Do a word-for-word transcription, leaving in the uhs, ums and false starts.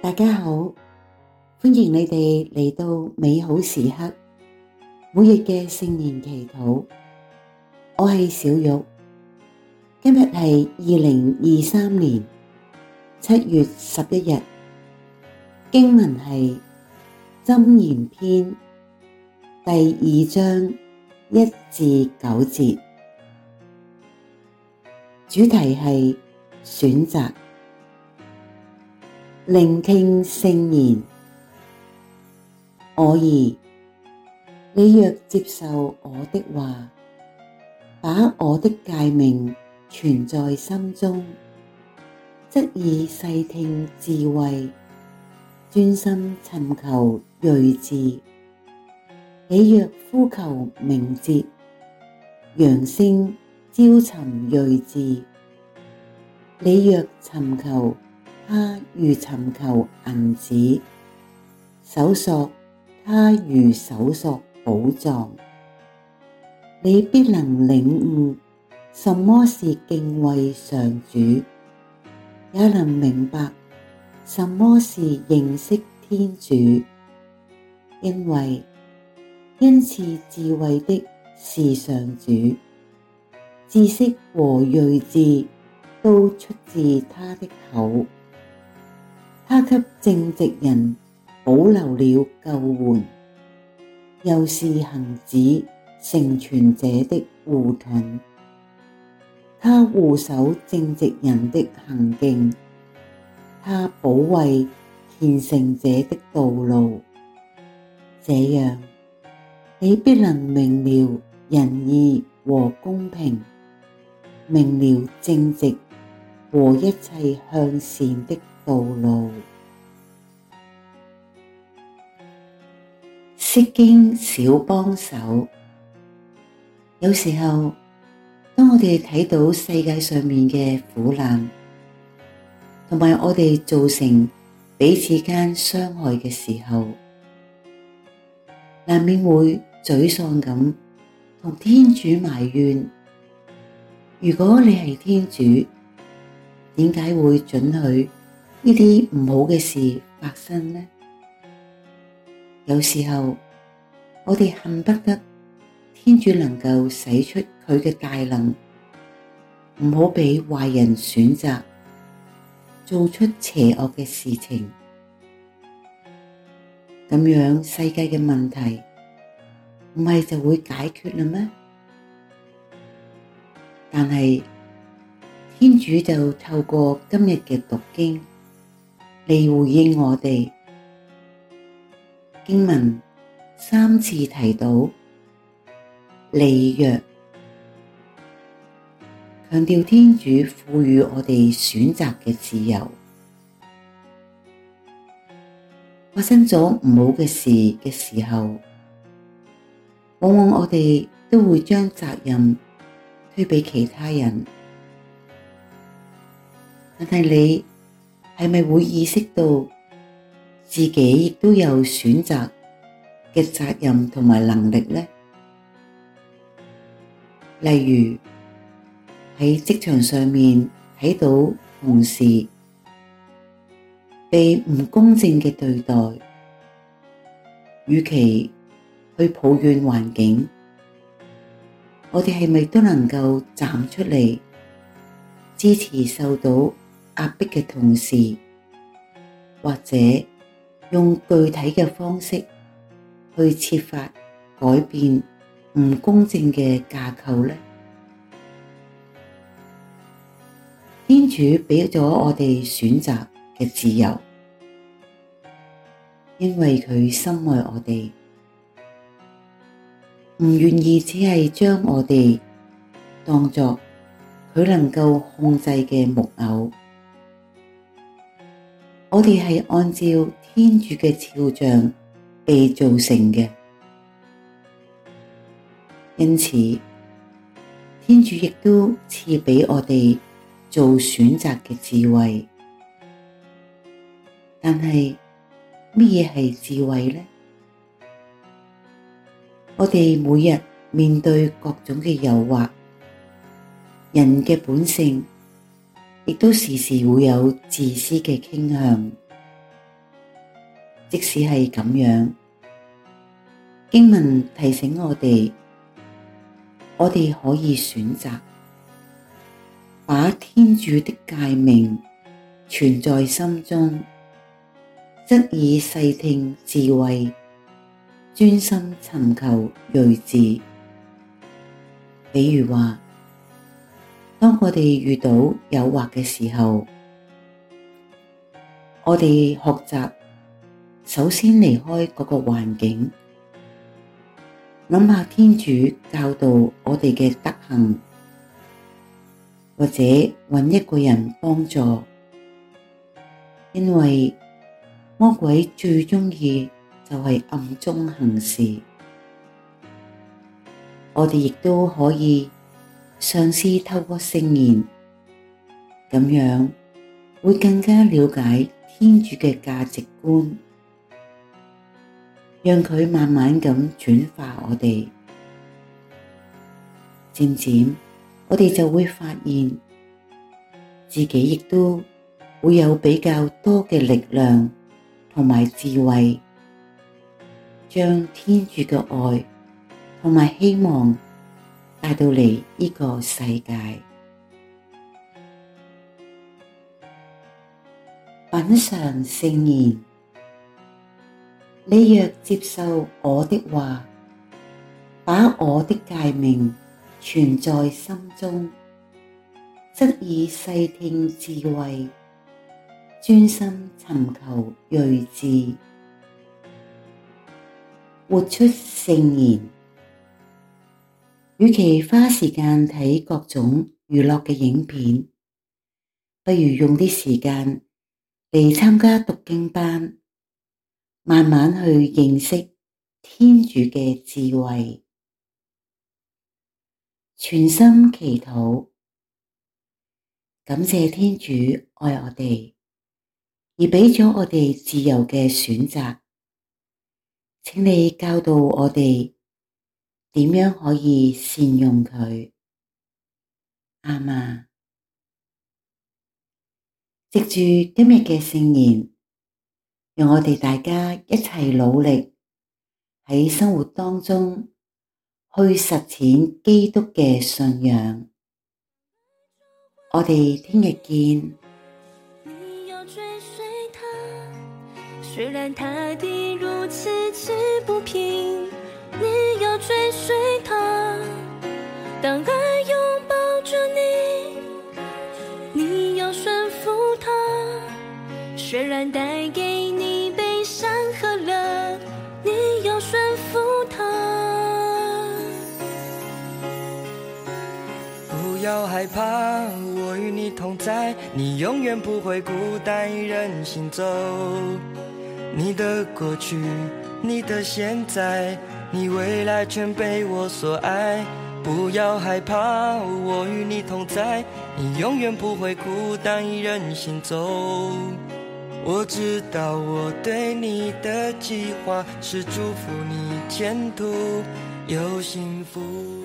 大家好，歡迎你哋嚟到美好時刻每日嘅聖言祈禱。我係小玉，今日係二零二三年七月十一日，經文係箴言篇第二章一至九節，主題係選擇。聆聽聖言。我兒，你若接受我的話，把我的誡命存在心中，則以細聽智慧，專心尋求睿智。你若呼求明哲，揚聲招尋睿智。你若尋求他如尋求銀子，搜索他如搜索寶藏。你必能領悟什麼是敬畏上主，也能明白什麼是認識天主，因為恩賜智慧的是上主，知識和睿智都出自他的口。他給正直人保留了救援，又是行止成全者的護盾。他護守正直人的行徑，他保衛虔誠者的道路。這樣，你必能明了仁義和公平，明了正直和一切向善的道路。釋經小幫手。有時候，當我哋睇到世界上面嘅苦難，同埋我哋造成彼此間傷害嘅時候，難免會沮喪咁同天主埋怨：如果你係天主，點解會准許呢啲唔好嘅事發生呢？有時候，我哋恨不得天主能夠使出佢嘅大能，唔好俾壞人選擇做出邪惡嘅事情，咁樣世界嘅問題唔係就會解決啦咩？但係天主就透過今日嘅讀經嚟回應我哋。經文三次提到你若，強調天主賦予我哋選擇嘅自由。發生咗唔好嘅事嘅時候，往往我哋都會將責任推俾其他人。但係你係咪會意識到自己亦都有選擇嘅責任同埋能力呢？例如喺職場上面睇到同事被唔公正嘅對待，與其去抱怨環境，我哋係咪都能夠站出嚟支持受到壓迫嘅同事，或者用具體嘅方式去設法改變唔公正嘅架構呢？天主畀咗我哋選擇嘅自由，因為佢深愛我哋，唔願意只係將我哋當作佢能夠控制嘅木偶。我哋係按照天主嘅肖像被造成嘅，因此天主亦都賜畀我哋做選擇嘅智慧。但係乜嘢係智慧呢？我哋每日面對各種嘅誘惑，人嘅本性亦都時時會有自私嘅傾向。 即使係咁樣，經文提醒我哋，我哋可以選擇把天主的誡命存在心中，側耳細聽智慧，專心尋求睿智。比如話，當我哋遇到誘惑嘅時候，我哋學習首先離開嗰個環境，諗下天主教導我哋嘅德行，或者搵一個人幫助，因為魔鬼最鍾意就係暗中行事。我哋亦都可以嘗試透過聖言，咁樣會更加了解天主嘅價值觀，讓佢慢慢咁轉化我哋。漸漸，我哋就會發現自己亦都會有比較多嘅力量同埋智慧，將天主嘅愛同埋希望帶到嚟呢個世界。品嚐聖言。你若接受我的話，把我的誡命存在心中，側耳細聽智慧，專心尋求睿智，活出聖言。與其花時間睇各種娛樂嘅影片，不如用啲時間嚟參加讀經班，慢慢去認識天主嘅智慧。全心祈禱，感謝天主愛我哋，而俾咗我哋自由嘅選擇。請你教導我哋點樣可以善用佢。阿們。藉住今日嘅聖言，讓我哋大家一齊努力喺生活當中去實踐基督嘅信仰。我哋聽日見。 你要追隨他，雖然他的路次次不平，你要追隨他，當愛擁抱着你，你要順服他，雖然帶給你悲傷和樂，你要順服他。 不要害怕，我與你同在，你永遠不會孤單一人行走。你的過去，你的現在，你未來全被我所愛。不要害怕，我與你同在，你永遠不會孤單一人行走。我知道我對你的計劃是祝福你前途有幸福。